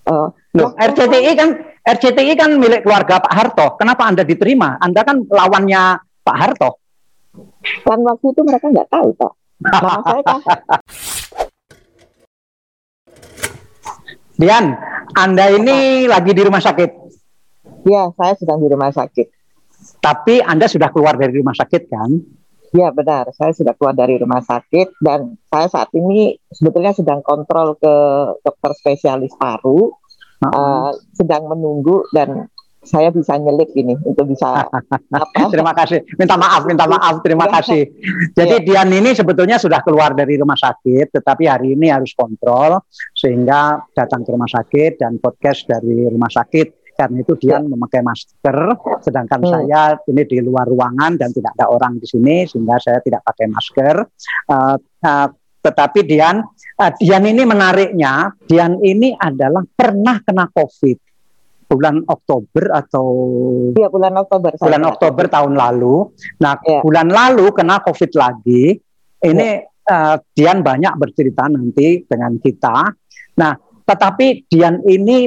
Loh, RCTI kan milik keluarga Pak Harto. Kenapa Anda diterima? Anda kan lawannya Pak Harto. Kan waktu itu mereka nggak tahu, Pak. Nama saya kan. Dian, Anda ini lagi di rumah sakit. Ya, saya sedang di rumah sakit. Tapi Anda sudah keluar dari rumah sakit kan? Ya, benar. Saya sudah keluar dari rumah sakit dan saya saat ini sebetulnya sedang kontrol ke dokter spesialis paru. Sedang menunggu dan saya bisa nyelip ini untuk bisa Terima kasih. Minta maaf. Terima kasih. Jadi Dian ini sebetulnya sudah keluar dari rumah sakit, tetapi hari ini harus kontrol sehingga datang ke rumah sakit dan podcast dari rumah sakit. Karena itu Dian memakai masker, sedangkan saya ini di luar ruangan dan tidak ada orang di sini sehingga saya tidak pakai masker. Tetapi Dian ini menariknya, Dian ini adalah pernah kena COVID bulan Oktober atau bulan Oktober. Bulan Oktober tahun lalu. Nah, bulan lalu kena COVID lagi. Ini Dian banyak bercerita nanti dengan kita. Nah, tetapi Dian ini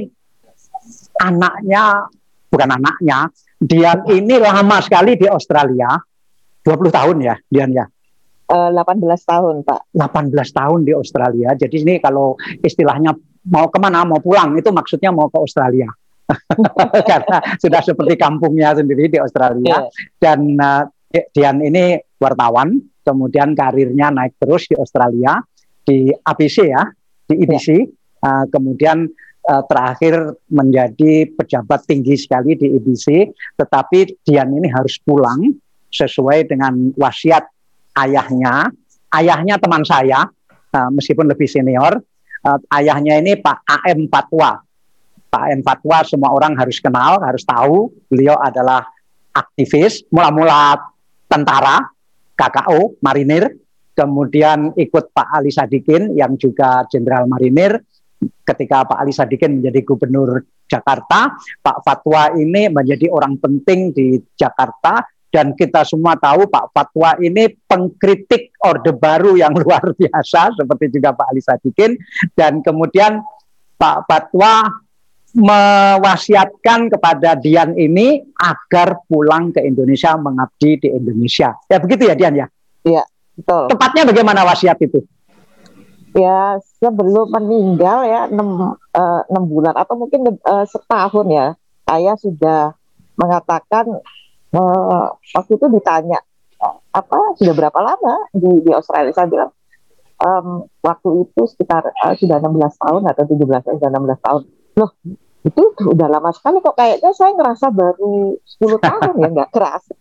Dian ini lama sekali di Australia. 20 tahun ya, Dian ya. 18 tahun, Pak. 18 tahun di Australia. Jadi ini kalau istilahnya mau kemana, mau pulang, itu maksudnya mau ke Australia. Karena sudah seperti kampungnya sendiri di Australia. Dan Dian ini wartawan, kemudian karirnya naik terus di Australia, di ABC ya, di IBC. Kemudian terakhir menjadi pejabat tinggi sekali di IBC. Tetapi Dian ini harus pulang sesuai dengan wasiat ayahnya teman saya, meskipun lebih senior. Ayahnya ini Pak A.M. Fatwa. Pak A.M. Fatwa semua orang harus kenal, harus tahu. Beliau adalah aktivis, mula-mula tentara, KKO, marinir, kemudian ikut Pak Ali Sadikin yang juga jenderal marinir. Ketika Pak Ali Sadikin menjadi gubernur Jakarta, Pak Fatwa ini menjadi orang penting di Jakarta. Dan kita semua tahu Pak Fatwa ini pengkritik Orde Baru yang luar biasa, seperti juga Pak Ali Sadikin. Dan kemudian Pak Fatwa mewasiatkan kepada Dian ini agar pulang ke Indonesia, mengabdi di Indonesia. Ya begitu ya Dian ya? Iya, betul. Tepatnya bagaimana wasiat itu? Ya, sebelum meninggal ya, 6 bulan atau mungkin setahun ya, saya sudah mengatakan, waktu itu ditanya sudah berapa lama di Australia, saya bilang waktu itu sekitar sudah 16 tahun atau 17 atau 16 tahun. Loh, itu udah lama sekali kok, kayaknya saya ngerasa baru 10 tahun ya, nggak kerasa.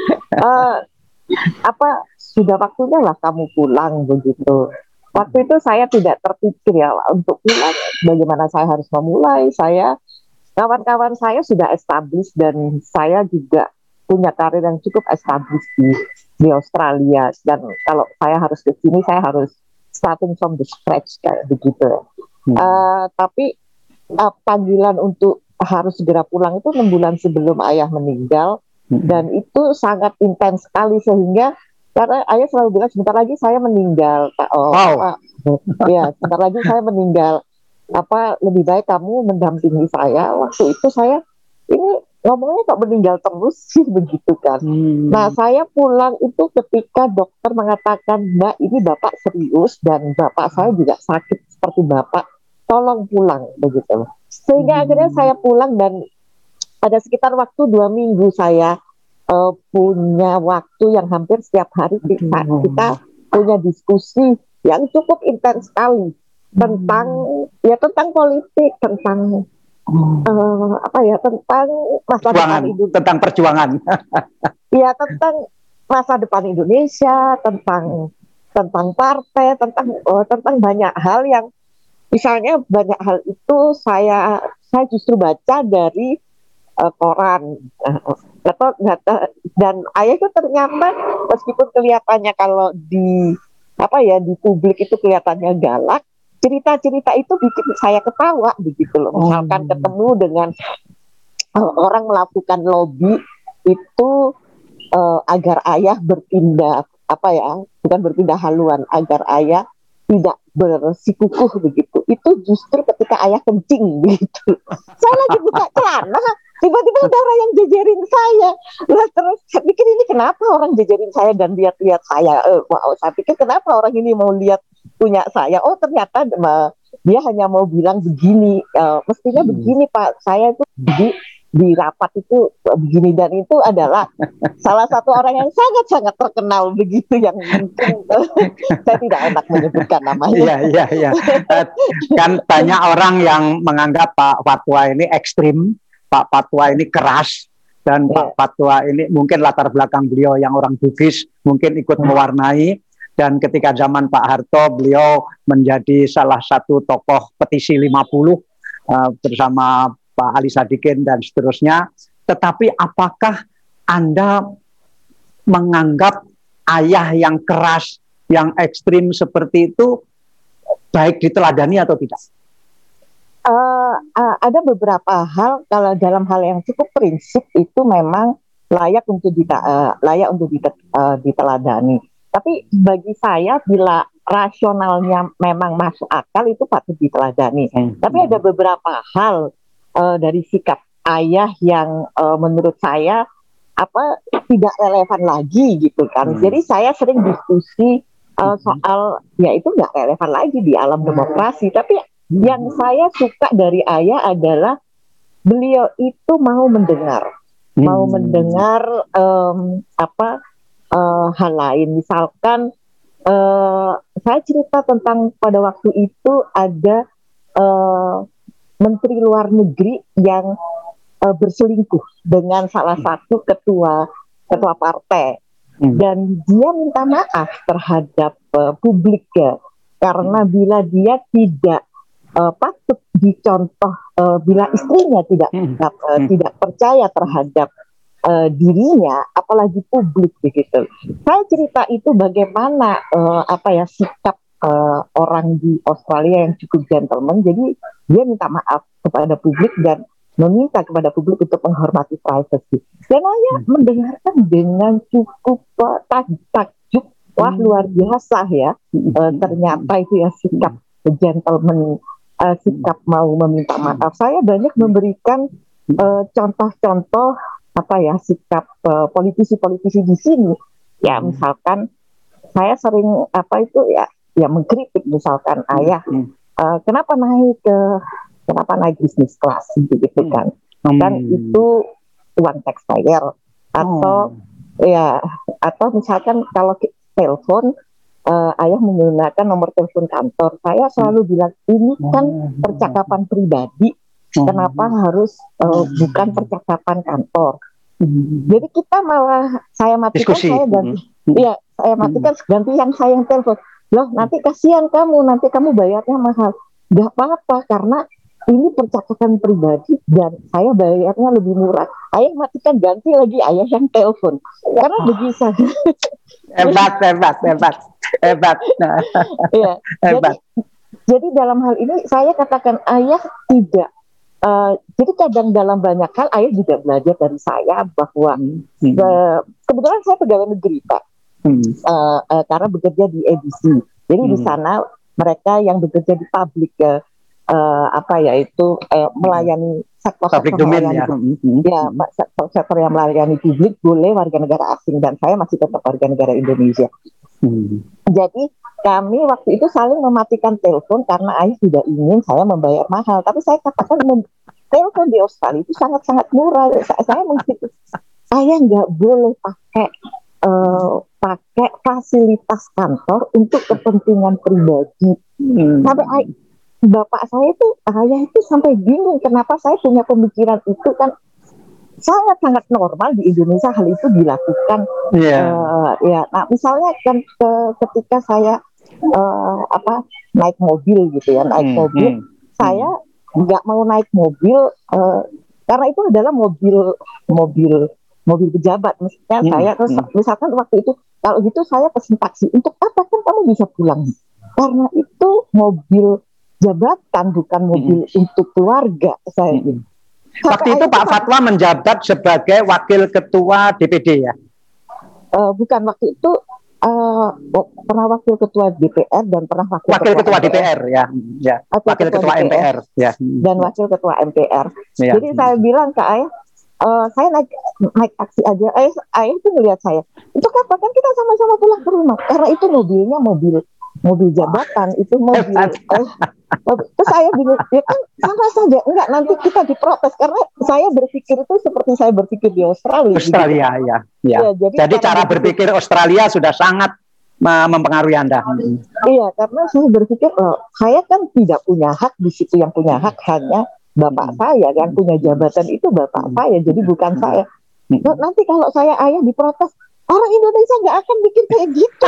Sudah waktunya lah kamu pulang begitu. Waktu itu saya tidak terpikir ya untuk pulang, bagaimana saya harus memulai. Kawan-kawan saya sudah established dan saya juga punya karir yang cukup established di Australia. Dan kalau saya harus ke sini, saya harus starting from the scratch kayak begitu. Tapi panggilan untuk harus segera pulang itu 6 bulan sebelum ayah meninggal, dan itu sangat intens sekali sehingga karena ayah selalu bilang sebentar lagi saya meninggal, Pak. Ya, sebentar lagi saya meninggal. Lebih baik kamu mendampingi saya. Waktu itu saya ini ngomongnya kok meninggal terus sih begitu kan. Nah, saya pulang itu ketika dokter mengatakan, Mbak, ini Bapak serius dan Bapak saya juga sakit seperti Bapak. Tolong pulang begitu. Sehingga akhirnya saya pulang dan ada sekitar waktu 2 minggu saya punya waktu yang hampir setiap hari kita punya diskusi yang cukup intens sekali tentang politik, tentang tentang masa depan Indonesia, tentang perjuangan. Ya, tentang masa depan Indonesia, tentang partai, tentang banyak hal yang misalnya banyak hal itu saya justru baca dari koran dan ayah itu ternyata meskipun kelihatannya kalau di publik itu kelihatannya galak, cerita-cerita itu bikin saya ketawa begitu loh. Misalkan ketemu dengan orang melakukan lobby itu agar ayah berpindah bukan berpindah haluan, agar ayah tidak bersikukuh begitu. Itu justru ketika ayah kencing begitu. Saya lagi buka celana, tiba-tiba ada orang yang jejerin saya. Lah terus saya pikir ini kenapa orang jejerin saya dan lihat-lihat saya. Wow, saya pikir kenapa orang ini mau lihat punya saya. Oh ternyata dia hanya mau bilang begini. Mestinya begini Pak. Saya itu di rapat itu begini, dan itu adalah salah satu orang yang sangat-sangat terkenal begitu, yang mungkin saya tidak enak menyebutkan namanya. Iya. Kan banyak orang yang menganggap Pak Fatwa ini ekstrim, Pak Fatwa ini keras, dan Pak Fatwa ini mungkin latar belakang beliau yang orang Bugis mungkin ikut mewarnai. Dan ketika zaman Pak Harto, beliau menjadi salah satu tokoh petisi 50 bersama Pak Ali Sadikin dan seterusnya. Tetapi apakah Anda menganggap ayah yang keras, yang ekstrim seperti itu baik diteladani atau tidak? Ada beberapa hal, kalau dalam hal yang cukup prinsip itu memang layak untuk diteladani. Tapi bagi saya, bila rasionalnya memang masuk akal, itu patut diteladani. Tapi ada beberapa hal dari sikap ayah yang menurut saya tidak relevan lagi gitu kan. Jadi saya sering diskusi soal ya itu nggak relevan lagi di alam demokrasi. Tapi yang saya suka dari ayah adalah beliau itu mau mendengar hal lain. Misalkan saya cerita tentang pada waktu itu ada Menteri Luar Negeri yang berselingkuh dengan salah satu ketua partai, dan dia minta maaf terhadap publik ya, karena bila dia tidak patut dicontoh, bila istrinya tidak percaya terhadap dirinya, apalagi publik begitu. Saya cerita itu bagaimana sikap orang di Australia yang cukup gentleman. Jadi dia minta maaf kepada publik dan meminta kepada publik untuk menghormati privacy. Dan saya mendengarkan dengan cukup takjub. Wah, luar biasa ya. Ternyata itu ya sikap gentleman, sikap mau meminta maaf. Saya banyak memberikan contoh-contoh sikap politisi-politisi di sini. Ya, misalkan saya sering mengkritik misalkan ayah, kenapa naik bisnis kelas gitu kan, kan itu uang taxpayer, atau misalkan kalau telepon ayah menggunakan nomor telepon kantor, saya selalu bilang ini kan percakapan pribadi, kenapa harus bukan percakapan kantor. Jadi kita malah saya matikan, saya ganti, saya matikan ganti yang saya yang telepon. Loh, nanti kasihan kamu, nanti kamu bayarnya mahal. Gak apa-apa, karena ini percakapan pribadi dan saya bayarnya lebih murah. Ayah matikan, ganti lagi ayah yang telepon. Karena begitu. Hebat. Ya, jadi dalam hal ini saya katakan ayah tidak. Jadi kadang dalam banyak hal ayah juga belajar dari saya bahwa kebetulan saya pegawai negeri Pak. Karena bekerja di ABC. Jadi di sana mereka yang bekerja di publik melayani sektor yang melayani publik boleh warga negara asing, dan saya masih tetap warga negara Indonesia. Jadi kami waktu itu saling mematikan telepon karena ayah tidak ingin saya membayar mahal. Tapi saya katakan telepon di Australia itu sangat-sangat murah. Saya mungkin ayah nggak boleh pakai fasilitas kantor untuk kepentingan pribadi. Sampai bapak saya itu, ayah itu sampai bingung kenapa saya punya pemikiran itu, kan sangat-sangat normal di Indonesia hal itu dilakukan. Nah misalnya kan ketika saya naik mobil gitu ya, saya nggak mau naik mobil karena itu adalah mobil pejabat. Maksudnya saya terus misalkan waktu itu kalau gitu saya pesen taksi, untuk apa, kan kamu bisa pulang, karena itu mobil jabatan bukan mobil untuk keluarga saya. Waktu itu Pak Fatwa menjabat sebagai wakil ketua DPD ya? Bukan, waktu itu pernah wakil ketua DPR dan pernah wakil ketua DPR ya, wakil ketua MPR ya, dan wakil ketua MPR. Ya. Jadi saya bilang ke ayah, saya naik taksi aja. Ayah itu melihat saya. Itu apa kan kita sama-sama pulang ke rumah. Karena itu mobilnya mobil jabatan, itu mobil. Terus saya bingung, ya kan sama saja. Enggak, nanti kita diprotes. Karena saya berpikir itu seperti saya berpikir di Australia. Australia gitu. Ya. Jadi cara berpikir Australia sudah sangat mempengaruhi Anda. Iya, karena saya berpikir, saya kan tidak punya hak di situ, yang punya hak hanya bapak saya, yang punya jabatan itu bapak saya, jadi bukan saya. Nanti kalau saya ayah diprotes, orang Indonesia nggak akan bikin kayak gitu.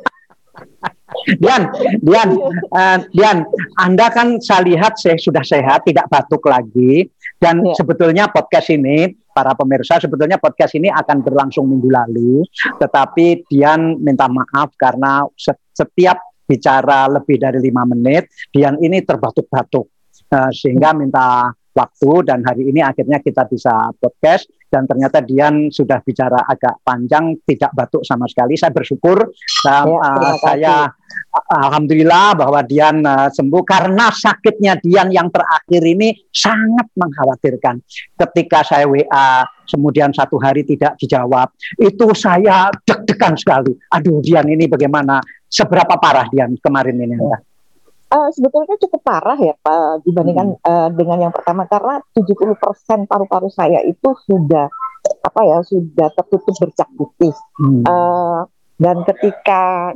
Dian, Anda kan saya lihat sudah sehat, tidak batuk lagi, dan sebetulnya podcast ini, para pemirsa, sebetulnya podcast ini akan berlangsung minggu lalu, tetapi Dian minta maaf karena setiap bicara lebih dari 5 menit, Dian ini terbatuk-batuk. Sehingga minta waktu, dan hari ini akhirnya kita bisa podcast, dan ternyata Dian sudah bicara agak panjang, tidak batuk sama sekali. Saya bersyukur, saya alhamdulillah bahwa Dian sembuh, karena sakitnya Dian yang terakhir ini sangat mengkhawatirkan. Ketika saya WA kemudian 1 hari tidak dijawab, itu saya deg-degan sekali. Aduh Dian, ini bagaimana? Seberapa parah Dian kemarin ini? Sebetulnya cukup parah ya Pak, dibandingkan dengan yang pertama, karena 70% paru-paru saya itu sudah tertutup bercak putih. Dan ketika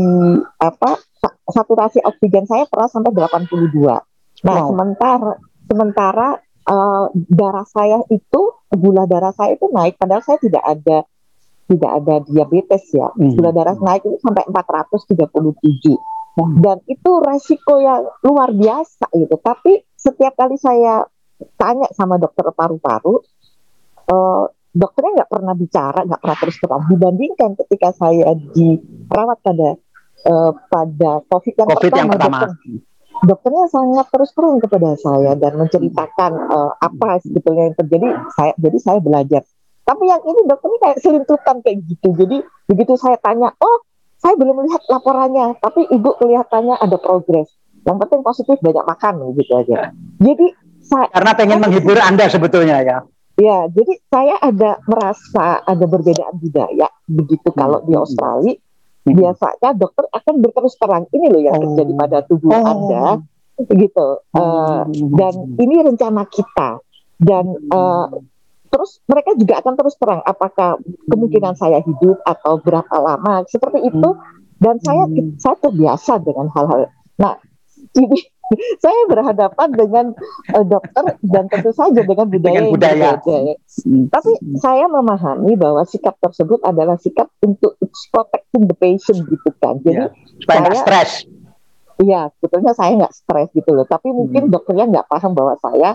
saturasi oksigen saya pernah sampai 82. Nah, sementara darah saya itu, gula darah saya itu naik, padahal saya tidak ada diabetes ya. Gula darah naik itu sampai 437. Dan itu resiko yang luar biasa gitu. Tapi setiap kali saya tanya sama dokter paru-paru, dokternya nggak pernah bicara, nggak pernah terus terang. Dibandingkan ketika saya dirawat pada COVID yang pertama. Dokternya sangat terus terang kepada saya dan menceritakan apa sebetulnya yang terjadi. Jadi saya belajar. Tapi yang ini dokternya kayak selintutan kayak gitu. Jadi begitu saya tanya, saya belum melihat laporannya, tapi ibu kelihatannya ada progres. Yang penting positif, banyak makan, gitu aja. Jadi karena pengen menghibur Anda sebetulnya ya. Ya, jadi saya merasa ada perbedaan budaya. Begitu kalau di Australia, biasanya dokter akan berterus terang, ini loh yang terjadi pada tubuh Anda, gitu. Dan ini rencana kita. Dan terus mereka juga akan terus terang apakah kemungkinan saya hidup atau berapa lama, seperti itu. Dan saya terbiasa dengan hal-hal. Nah, ini saya berhadapan dengan dokter dan tentu saja dengan budaya. Tapi saya memahami bahwa sikap tersebut adalah sikap untuk protecting the patient gitu kan. Jadi supaya nggak stres. Iya, sebetulnya saya nggak stres gitu loh. Tapi mungkin dokternya nggak paham bahwa saya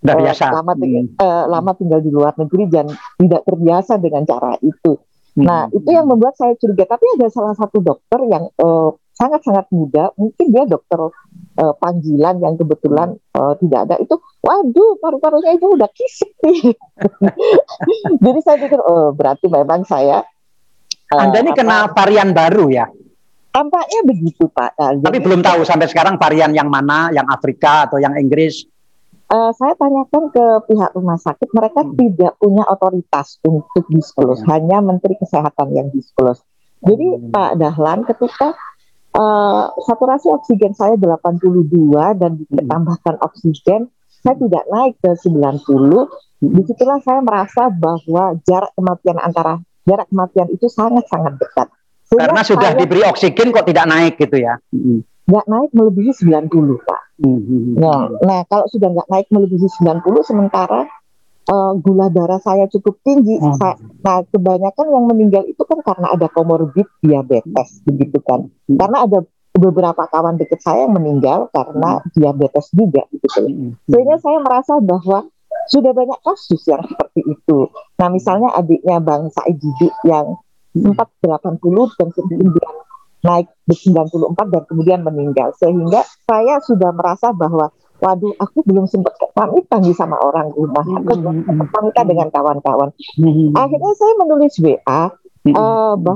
lama tinggal di luar negeri dan tidak terbiasa dengan cara itu. Nah, itu yang membuat saya curiga. Tapi ada salah satu dokter yang sangat-sangat muda, mungkin dia dokter panggilan yang kebetulan tidak ada. Itu, waduh, paru-parunya itu udah kisik nih. Jadi saya pikir, berarti memang saya... Anda ini kena varian baru ya? Tampaknya begitu, Pak. Tapi belum tahu sampai sekarang varian yang mana, yang Afrika atau yang Inggris? Saya tanyakan ke pihak rumah sakit, mereka tidak punya otoritas untuk disclose, hanya Menteri Kesehatan yang disclose. Jadi Pak Dahlan, ketika saturasi oksigen saya 82 dan ditambahkan oksigen, saya tidak naik ke 90, disitulah saya merasa bahwa jarak kematian itu sangat-sangat dekat. Karena sudah diberi oksigen kok tidak naik gitu ya? Nggak naik melebihi 90, Pak. Nah, kalau sudah nggak naik melebihi 90, sementara gula darah saya cukup tinggi. Nah, kebanyakan yang meninggal itu kan karena ada komorbid diabetes, begitu kan. Karena ada beberapa kawan dekat saya yang meninggal karena diabetes juga, gitu. Sehingga saya merasa bahwa sudah banyak kasus yang seperti itu. Nah, misalnya adiknya Bang Said Didik yang 480 dan kemudian naik di 94 dan kemudian meninggal. Sehingga saya sudah merasa bahwa waduh, aku belum sempat pamitan sama orang rumah, aku belum pamitan dengan kawan-kawan. Akhirnya saya menulis WA bahwa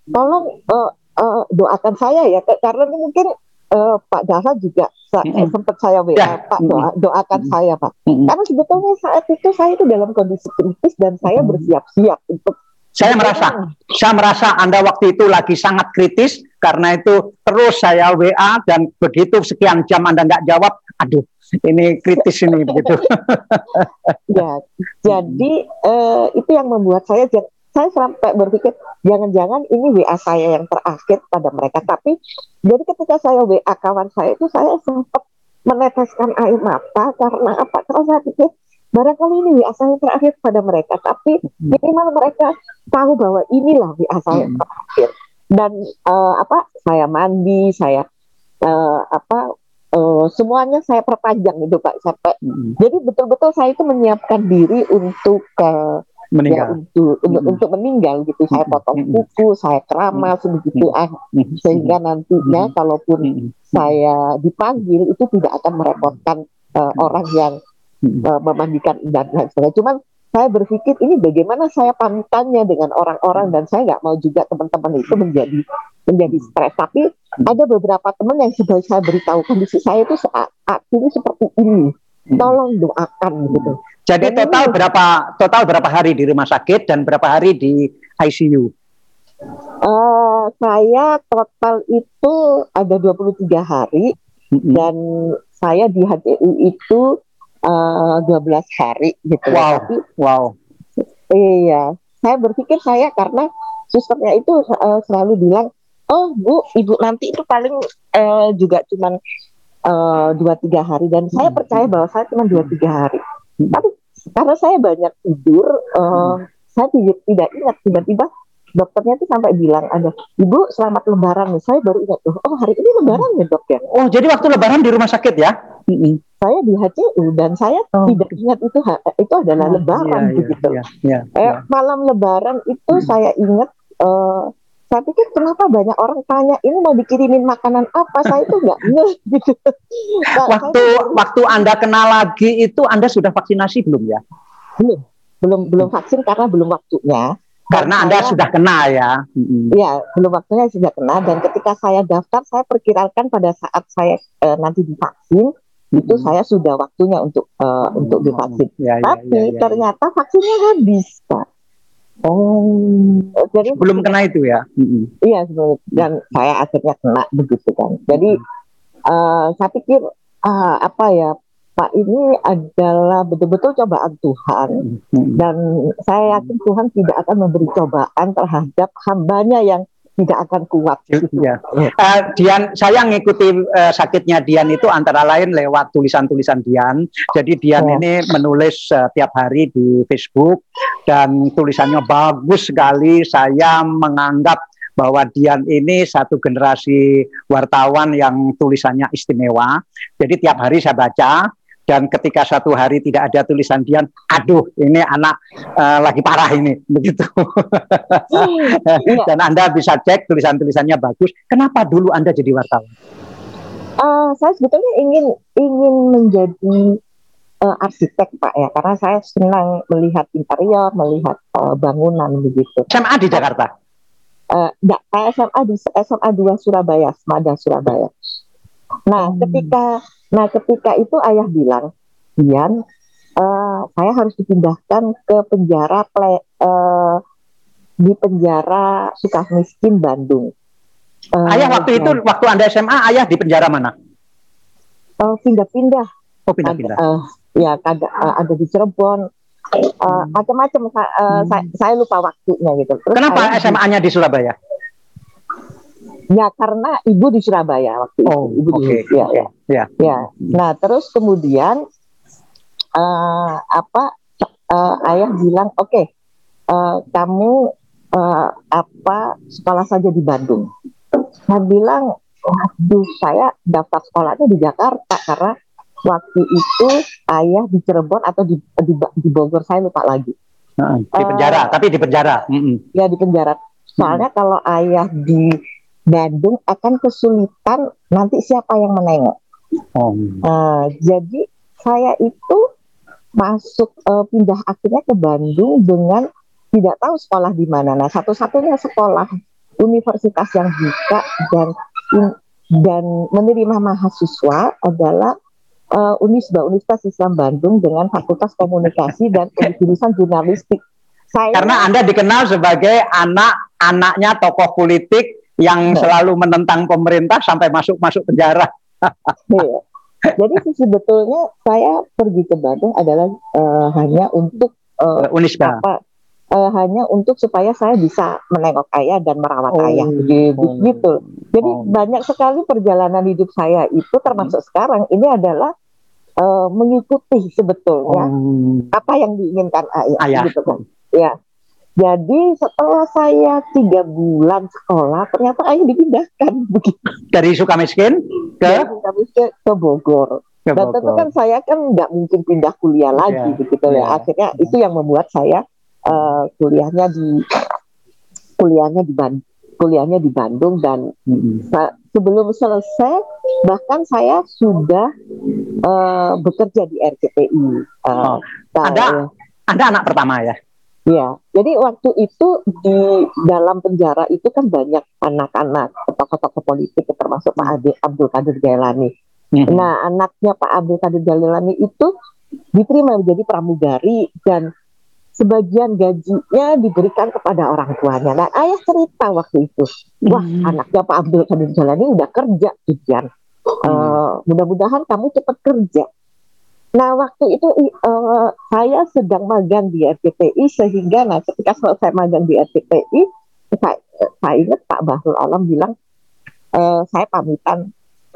tolong doakan saya ya, karena ini mungkin Pak Daha juga sempat saya WA, Ya. Pak doakan saya Pak. Karena sebetulnya saat itu saya itu dalam kondisi kritis dan saya bersiap-siap untuk Saya merasa Anda waktu itu lagi sangat kritis, karena itu terus saya WA dan begitu sekian jam Anda nggak jawab, aduh ini kritis ini begitu. Ya, jadi itu yang membuat saya sampai berpikir jangan-jangan ini WA saya yang terakhir pada mereka. Tapi jadi ketika saya WA kawan saya itu saya sempat meneteskan air mata karena apa? Karena saya pikir barangkali ini WA saya terakhir pada mereka, tapi minimal mereka tahu bahwa inilah WA saya terakhir. Dan saya mandi, saya semuanya saya perpanjang gitu Pak, sampai jadi betul-betul saya itu menyiapkan diri untuk meninggal. Ya, untuk meninggal gitu. Saya potong kuku, saya keramas begitu, sehingga nantinya kalaupun saya dipanggil itu tidak akan merepotkan orang yang memandikan dan lain sebagainya. Cuman saya berpikir ini bagaimana saya pamitannya dengan orang-orang, dan saya nggak mau juga teman-teman itu menjadi stres. Tapi ada beberapa teman yang sudah saya beritahu kondisi saya itu saat ini seperti ini, tolong doakan gitu. Jadi total berapa hari di rumah sakit dan berapa hari di ICU? Saya total itu ada 23 hari dan saya di HDU itu 12 hari gitu. Wow. Tapi, wow. Iya, saya berpikir karena susternya itu selalu bilang, oh Bu, Ibu nanti itu paling juga cuman 2-3 hari, dan saya percaya bahwa saya cuma 2-3 hari. Tapi karena saya banyak tidur, saya tidak ingat, tiba-tiba dokternya itu sampai bilang ada, Ibu selamat lebaran. Saya baru ingat, oh hari ini lebaran ya Dok ya. Oh jadi waktu lebaran di rumah sakit ya? Saya di HCU dan saya tidak ingat itu adalah lebaran begitu. Malam lebaran itu saya ingat, saya pikir kenapa banyak orang tanya ini mau dikirimin makanan apa, saya itu nggak ingat gitu. Waktu Anda kena lagi itu Anda sudah vaksinasi belum ya? Belum vaksin karena belum waktunya. Karena Anda sudah kena ya? Iya, belum waktunya sudah kena, dan ketika saya daftar saya perkirakan pada saat saya nanti divaksin itu saya sudah waktunya untuk divaksin. Tapi ternyata vaksinnya habis, Pak. Jadi belum kena itu ya? Iya, dan saya akhirnya kena begitu kan. Jadi saya pikir Pak, ini adalah betul-betul cobaan Tuhan, dan saya yakin Tuhan tidak akan memberi cobaan terhadap hambanya yang tidak akan kuat. Dian, saya ngikuti sakitnya Dian itu antara lain lewat tulisan-tulisan Dian. Jadi Dian ini menulis tiap hari di Facebook dan tulisannya bagus sekali. Saya menganggap bahwa Dian ini satu generasi wartawan yang tulisannya istimewa. Jadi tiap hari saya baca. Dan ketika satu hari tidak ada tulisan Dian, aduh ini anak lagi parah ini, begitu. Dan Anda bisa cek tulisan-tulisannya bagus. Kenapa dulu Anda jadi wartawan? Saya sebetulnya ingin menjadi arsitek Pak ya, karena saya senang melihat interior, melihat bangunan begitu. SMA di Jakarta? SMA 2 Surabaya, Semada Surabaya. Nah, ketika itu ayah bilang, Dian, saya harus dipindahkan ke penjara di penjara Sukamiskin Bandung. Ayah waktu itu, waktu Anda SMA, ayah di penjara mana? Pindah-pindah. Oh, pindah-pindah. Ada di Cirebon, macam-macam. Saya lupa waktunya gitu. Terus kenapa SMA-nya di Surabaya? Ya karena ibu di Surabaya waktu itu. Ibu Nah terus kemudian ayah bilang kamu sekolah saja di Bandung. Saya bilang, waduh saya daftar sekolahnya di Jakarta karena waktu itu ayah di Cirebon atau di Bogor, saya lupa lagi. Di penjara, tapi di penjara. Ya di penjara. Soalnya kalau ayah di Bandung akan kesulitan, nanti siapa yang menengok. Jadi saya itu masuk pindah akhirnya ke Bandung dengan tidak tahu sekolah di mana. Nah satu-satunya sekolah universitas yang buka dan menerima mahasiswa adalah Unisba, Universitas Islam Bandung dengan Fakultas Komunikasi dan jurusan Jurnalistik. Karena Anda dikenal sebagai anaknya tokoh politik yang selalu menentang pemerintah sampai masuk penjara. Iya. Jadi sebetulnya saya pergi ke Bandung adalah hanya untuk Unisba. Hanya untuk supaya saya bisa menengok ayah dan merawat ayah, gitu. Jadi banyak sekali perjalanan hidup saya itu, termasuk sekarang ini adalah mengikuti sebetulnya apa yang diinginkan ayah. Gitu kan. Ya. Jadi setelah saya 3 bulan sekolah, ternyata ayah dipindahkan begitu. Dari Sukamiskin ke Bogor. Dan tentu kan saya kan nggak mungkin pindah kuliah lagi, begitu ya. Akhirnya itu yang membuat saya kuliahnya di Bandung dan sebelum selesai bahkan saya sudah bekerja di RCTI. Anda anak pertama ya? Ya, jadi waktu itu di dalam penjara itu kan banyak anak-anak tokoh-tokoh politik, termasuk Pak Abdul Qadir Jailani. Nah, anaknya Pak Abdul Qadir Jailani itu diterima menjadi pramugari dan sebagian gajinya diberikan kepada orang tuanya. Nah, ayah cerita waktu itu, wah anaknya Pak Abdul Qadir Jailani udah kerja, Dian. Mudah-mudahan kamu cepat kerja. Nah, waktu itu saya sedang magang di RCTI sehingga ketika selesai magang di RCTI, saya ingat Pak Bahrul Alam bilang, saya pamitan.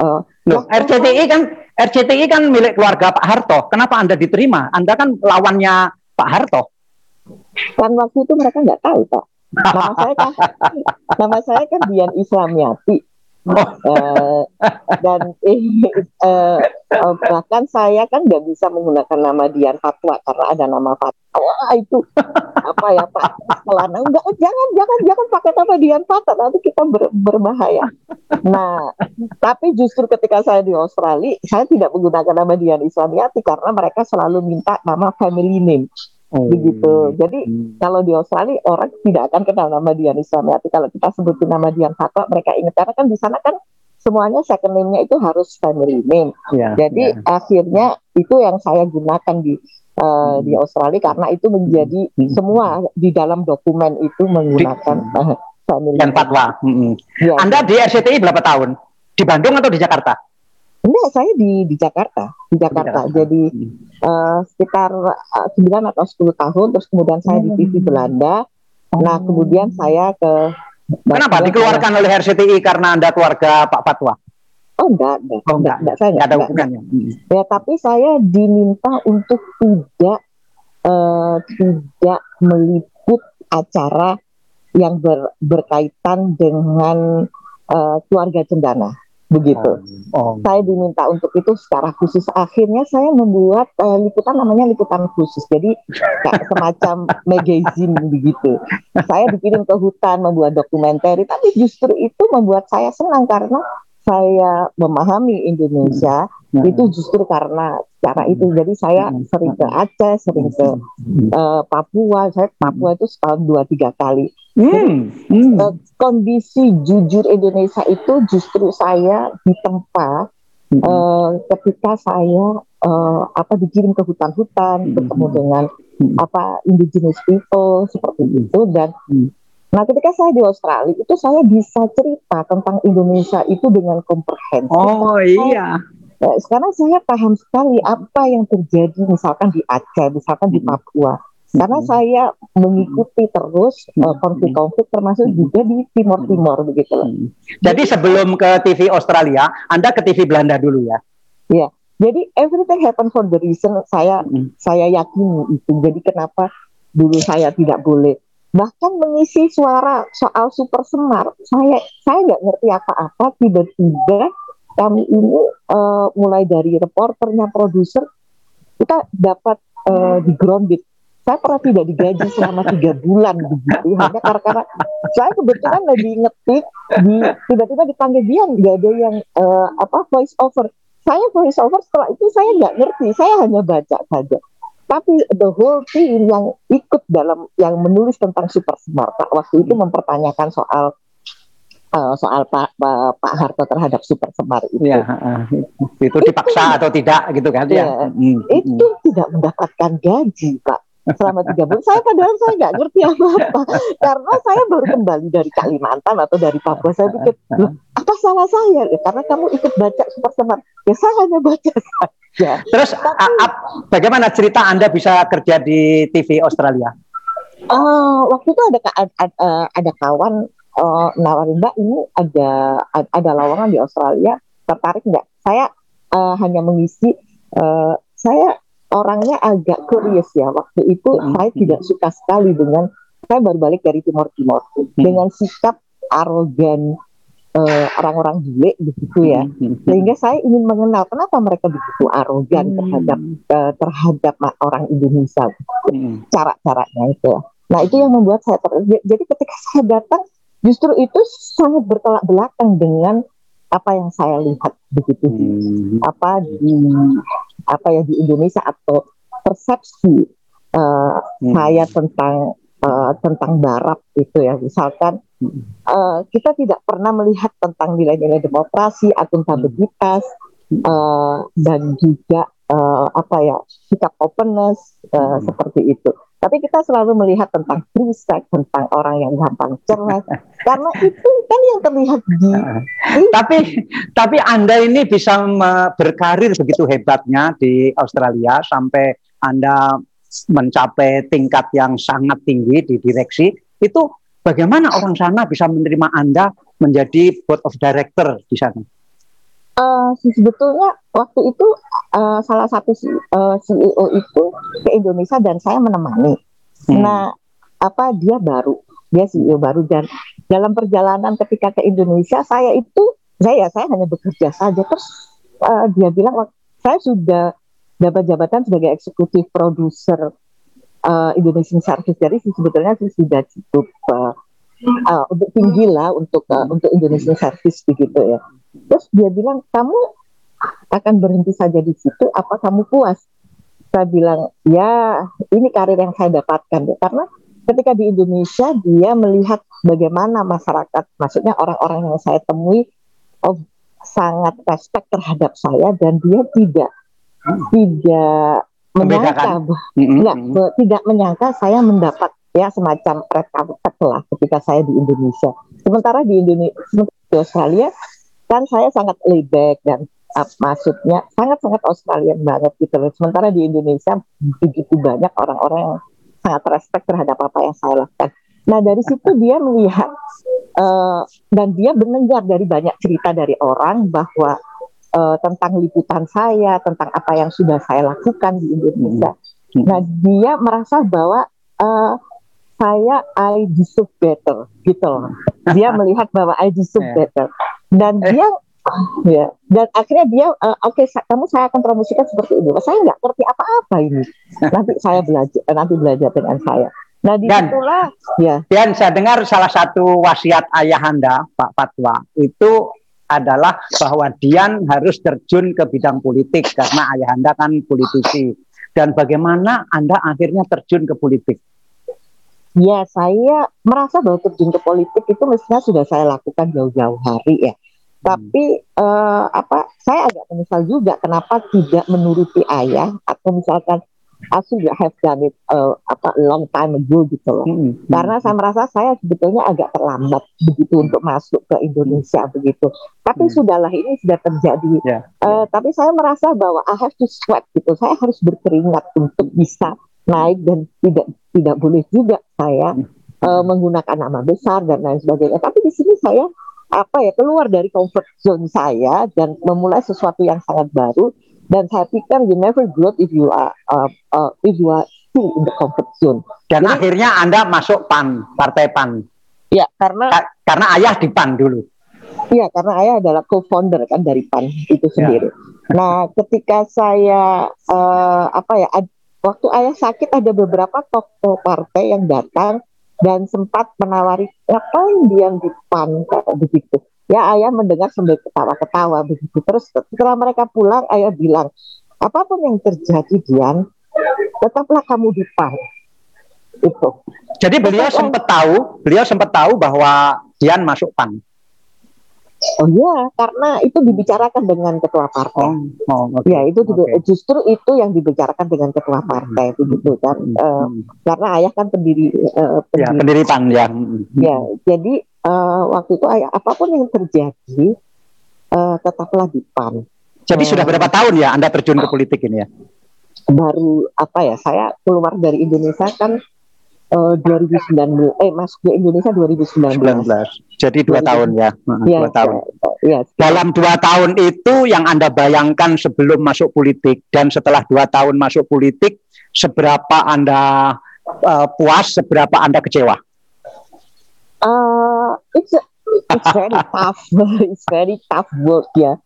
RCTI kan milik keluarga Pak Harto. Kenapa Anda diterima? Anda kan lawannya Pak Harto. Kan waktu itu mereka nggak tahu, Pak. Nama saya kan Dian Islamiati. Dan bahkan saya kan nggak bisa menggunakan nama Dian Fatwa karena ada nama Fatwa itu apa ya Pak, setelah jangan pakai nama Dian Fatwa, nanti kita berbahaya. Nah, tapi justru ketika saya di Australia saya tidak menggunakan nama Dian Islamiati karena mereka selalu minta nama family name. Begitu. Jadi kalau di Australia orang tidak akan kenal nama Dian Islamiati. Kalau kita sebutin nama Dian Fatwa, mereka ingat karena kan di sana kan semuanya second name-nya itu harus family name. Jadi akhirnya itu yang saya gunakan di Australia karena itu menjadi semua di dalam dokumen itu menggunakan family Dian Fatwa. Anda di RCTI berapa tahun? Di Bandung atau di Jakarta? Enggak, saya di Jakarta. Jadi sekitar 9 atau 10 tahun, terus kemudian saya di TV Belanda. Nah, kemudian saya ke... Kenapa dikeluarkan oleh RCTI karena Anda keluarga Pak Fatwa? Oh, enggak, saya enggak ada hubungannya. Ya, tapi saya diminta untuk tidak meliput acara yang berkaitan dengan keluarga cendana. Begitu. Saya diminta untuk itu secara khusus. Akhirnya saya membuat liputan namanya liputan khusus. Jadi kayak semacam magazine begitu. Saya dikirim ke hutan membuat dokumenter. Tapi justru itu membuat saya senang karena saya memahami Indonesia itu justru karena cara itu. Jadi saya sering ke Aceh, sering ke Papua. Saya Papua itu setahun 2-3 kali. Kondisi jujur Indonesia itu justru saya ditempa ketika saya dikirim ke hutan-hutan, bertemu dengan indigenous people seperti itu. Dan nah, ketika saya di Australia itu saya bisa cerita tentang Indonesia itu dengan komprehensif. Oh iya. Sekarang saya paham sekali apa yang terjadi misalkan di Aceh, misalkan di Papua. Karena saya mengikuti terus konflik-konflik termasuk juga di Timor begitu. Jadi sebelum ke TV Australia, Anda ke TV Belanda dulu ya? Iya. Jadi everything happen for the reason. Saya yakini itu. Jadi kenapa dulu saya tidak boleh bahkan mengisi suara soal Super Semar. Saya nggak ngerti apa-apa. Tiba-tiba kami ini mulai dari reporternya, produser, kita dapat di grounded. Saya pernah tidak digaji selama 3 bulan begitu, hanya karena saya kebetulan lagi ngetik, tiba-tiba dipanggil Dian, nggak ada yang voice over. Saya voice over, setelah itu saya nggak ngerti, saya hanya baca saja. Tapi the whole team yang ikut dalam yang menulis tentang Super Semar waktu itu mempertanyakan soal soal Pak Harto terhadap Super Semar itu. Ya, itu dipaksa atau tidak gitu kan ya? Itu tidak mendapatkan gaji, Pak, selama 3 bulan. Padahal saya nggak ngerti apa-apa karena saya baru kembali dari Kalimantan atau dari Papua. Saya pikir, apa salah saya? Ya, karena kamu ikut baca Super Semar. Ya saya hanya baca saja. Terus bagaimana cerita Anda bisa kerja di TV Australia? Waktu itu ada kawan nawarin, Mbak, ini ada lowongan di Australia, tertarik nggak? Saya hanya mengisi. Saya orangnya agak curious ya waktu itu. Saya tidak suka sekali dengan, saya baru balik dari Timur dengan sikap arogan orang-orang bule begitu ya, sehingga saya ingin mengenal kenapa mereka begitu arogan terhadap orang Indonesia, cara-caranya itu. Nah, itu yang membuat saya jadi ketika saya datang justru itu sangat bertolak belakang dengan apa yang saya lihat begitu di Indonesia, atau persepsi saya tentang Barat itu ya. Misalkan kita tidak pernah melihat tentang nilai-nilai demokrasi, akuntabilitas, dan juga sikap openness seperti itu. Tapi kita selalu melihat tentang free sex, tentang orang yang gampang cerai, karena itu kan yang terlihat di. Tapi Anda ini bisa berkarir begitu hebatnya di Australia sampai Anda mencapai tingkat yang sangat tinggi di direksi. Itu bagaimana orang sana bisa menerima Anda menjadi board of director di sana? Sebetulnya waktu itu salah satu CEO itu ke Indonesia dan saya menemani. Nah, dia CEO baru, dan dalam perjalanan ketika ke Indonesia saya hanya bekerja saja. Terus dia bilang, saya sudah dapat jabatan sebagai eksekutif produser Indonesian Service, jadi sebetulnya sudah cukup untuk tinggi lah untuk Indonesian Service begitu ya. Terus dia bilang, kamu akan berhenti saja di situ, apa kamu puas? Saya bilang, ya ini karir yang saya dapatkan ya. Karena ketika di Indonesia dia melihat bagaimana masyarakat, maksudnya orang-orang yang saya temui sangat respect terhadap saya, dan dia tidak menyangka saya mendapat ya semacam red carpet lah ketika saya di Indonesia. Sementara di Australia kan saya sangat laid back dan maksudnya sangat-sangat Australian banget gitu loh. Sementara di Indonesia begitu banyak orang-orang yang sangat respect terhadap apa yang saya lakukan. Nah, dari situ dia melihat dan dia mendengar dari banyak cerita dari orang bahwa tentang liputan saya, tentang apa yang sudah saya lakukan di Indonesia. Nah, dia merasa bahwa I deserve better gitu loh. Dia melihat bahwa I deserve better. Dan dan akhirnya dia saya akan promosikan seperti ini. Saya nggak ngerti apa-apa ini. Nanti belajar dengan saya. Nah, disitulah Dan saya dengar salah satu wasiat ayah Anda, Pak Fatwa, itu adalah bahwa Dian harus terjun ke bidang politik karena ayah Anda kan politisi. Dan bagaimana Anda akhirnya terjun ke politik? Ya, saya merasa bahwa terjun ke politik itu mestinya sudah saya lakukan jauh-jauh hari ya. Tapi saya agak menyesal juga kenapa tidak menuruti ayah, atau misalkan I should have done it long time ago gitu loh. Karena saya merasa saya sebetulnya agak terlambat begitu untuk masuk ke Indonesia begitu. Tapi sudahlah, ini sudah terjadi. Tapi saya merasa bahwa I have to sweat gitu. Saya harus berkeringat untuk bisa naik, dan tidak boleh juga saya menggunakan nama besar dan lain sebagainya. Tapi di sini saya keluar dari comfort zone saya dan memulai sesuatu yang sangat baru. Dan saya pikir you never grow if you are still in the comfort zone. Dan akhirnya Anda masuk PAN, Partai PAN. Ya, karena ayah di PAN dulu. Iya, karena ayah adalah co-founder kan dari PAN itu sendiri. Nah, ketika saya waktu ayah sakit, ada beberapa tokoh partai yang datang dan sempat menawari ngapain dia di PAN begitu. Ya, ayah mendengar sambil ketawa-ketawa begitu. Terus setelah mereka pulang, ayah bilang, apapun yang terjadi Dian, tetaplah kamu di PAN. Itu. Jadi beliau sempat tahu bahwa Dian masuk PAN. Oh iya, karena itu dibicarakan dengan ketua partai. Okay. Ya itu justru itu yang dibicarakan dengan ketua partai begitu kan. Karena ayah kan pendiri PAN ya. Ya, jadi waktu itu ayah apapun yang terjadi tetaplah di PAN. Jadi sudah berapa tahun ya Anda terjun ke politik ini ya? Baru saya keluar dari Indonesia kan 2019 masuk ke Indonesia 2019. Jadi 2 tahun ya. 2 tahun. Ya. Dalam 2 tahun itu yang Anda bayangkan sebelum masuk politik dan setelah 2 tahun masuk politik, seberapa Anda puas, seberapa Anda kecewa? It's very tough. It's very tough work ya.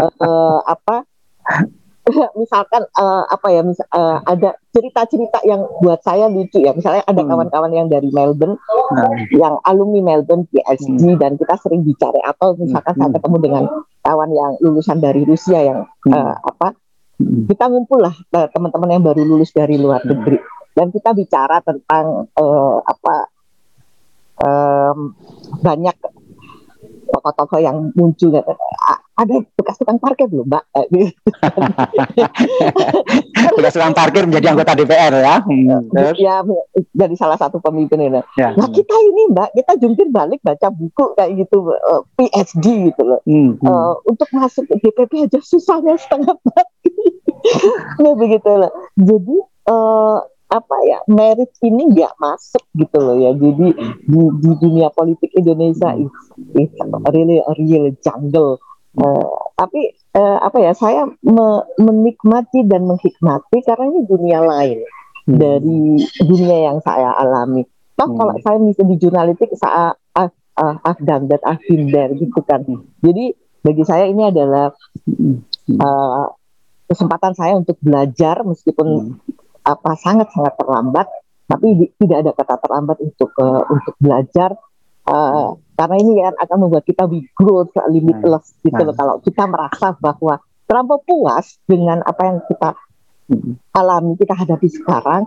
Misalkan ada cerita-cerita yang buat saya lucu ya. Misalnya ada kawan-kawan yang dari Melbourne, yang alumni Melbourne PhD, dan kita sering bicara. Atau misalkan saya ketemu dengan kawan yang lulusan dari Rusia yang kita ngumpul lah teman-teman yang baru lulus dari luar negeri, dan kita bicara tentang banyak tokoh-tokoh yang muncul. Ada bekas tukang parkir loh Mbak. Bekas tukang parkir menjadi anggota DPR ya. Ya, jadi salah satu pemimpin ini. Nah kita ini Mbak, kita jungkir balik baca buku kayak gitu, PhD gitu loh. Untuk masuk ke DPP aja susahnya setengah mati. Nah begitu loh. Jadi merit ini nggak masuk gitu loh ya. Jadi di dunia politik Indonesia it's really a real jungle. Tapi saya menikmati dan menghikmati karena ini dunia lain dari dunia yang saya alami. Kalau saya misalnya di jurnalistik, I've done that, I've been there gitu kan. Jadi bagi saya ini adalah kesempatan saya untuk belajar meskipun sangat-sangat terlambat, tapi tidak ada kata terlambat untuk belajar, karena ini kan akan membuat kita we grow limitless gitu loh. Kalau kita merasa bahwa terlampau puas dengan apa yang kita alami, kita hadapi sekarang,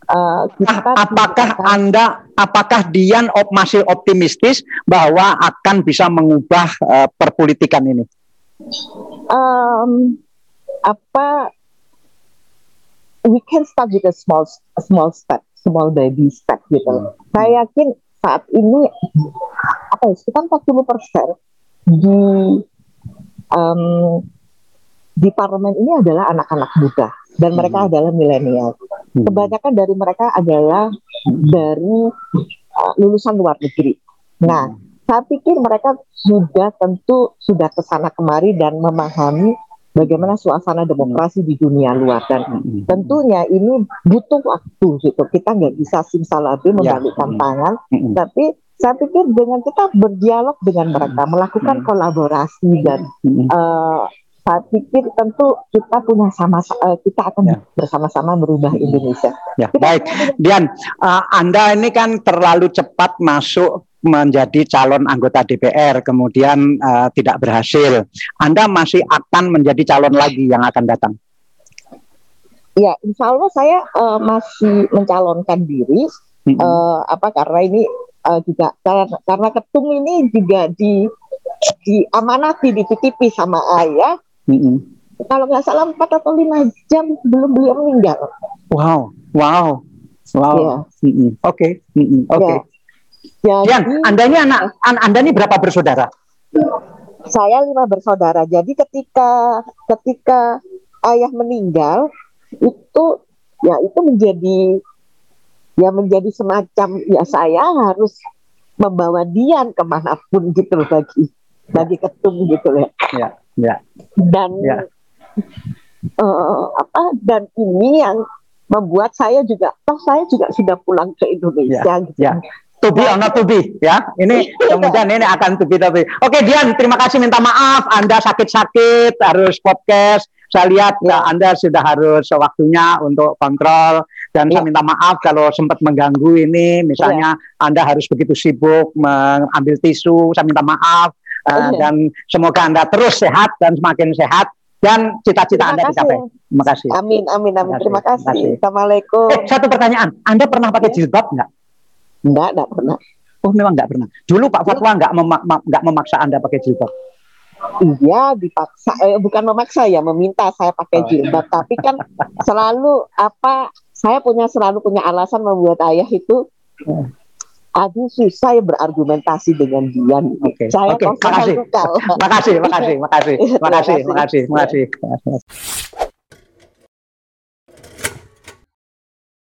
apakah Dian masih optimistis bahwa akan bisa mengubah perpolitikan ini? We can start with a small step, small baby step gitu. Saya yakin saat ini sekitar 40% di parlemen ini adalah anak-anak muda, dan mereka adalah milenial. Kebanyakan dari mereka adalah dari lulusan luar negeri. Nah, saya pikir mereka sudah kesana kemari dan memahami bagaimana suasana demokrasi di dunia luar, dan tentunya ini butuh waktu gitu. Kita nggak bisa simsalabim membalikkan tangan, tapi saya pikir dengan kita berdialog dengan mereka, melakukan kolaborasi, dan saya pikir tentu kita akan bersama-sama merubah Indonesia. Ya, baik, Dian, Anda ini kan terlalu cepat masuk menjadi calon anggota DPR, kemudian tidak berhasil. Anda masih akan menjadi calon lagi yang akan datang? Ya, insya Allah saya masih mencalonkan diri, karena ini juga karena ketum ini juga diamanati, dititipi sama ayah. Kalau nggak salah 4 atau 5 jam sebelum beliau meninggal. Wow. Yeah. Oke. Jadi, Anda ini berapa bersaudara? Saya 5 bersaudara. Jadi ketika ayah meninggal itu menjadi semacam saya harus membawa Dian kemanapun gitu loh, bagi ketum gitu loh. Ya. Dan dan ini yang membuat saya juga sudah pulang ke Indonesia gitu. Ya. To be or not to be, ya. Ini kemudian ini akan to be. Oke, Dian, terima kasih, minta maaf Anda sakit-sakit harus podcast. Saya lihat Anda sudah harus waktunya untuk kontrol, dan saya minta maaf kalau sempat mengganggu ini. Misalnya Anda harus begitu sibuk mengambil tisu, saya minta maaf. Dan semoga Anda terus sehat dan semakin sehat, dan cita-cita Anda dicapai. Terima kasih. Amin. Terima kasih. Assalamualaikum. Satu pertanyaan, Anda pernah pakai jilbab nggak? Enggak pernah. Oh, memang nggak pernah. Dulu Pak Fatwa nggak memaksa Anda pakai jilbab? Iya, dipaksa, bukan memaksa ya, meminta saya pakai jilbab. Tapi kan selalu selalu punya alasan membuat ayah itu, aduh susah ya berargumentasi dengan dia. Saya makasih. Makasih. Terima kasih.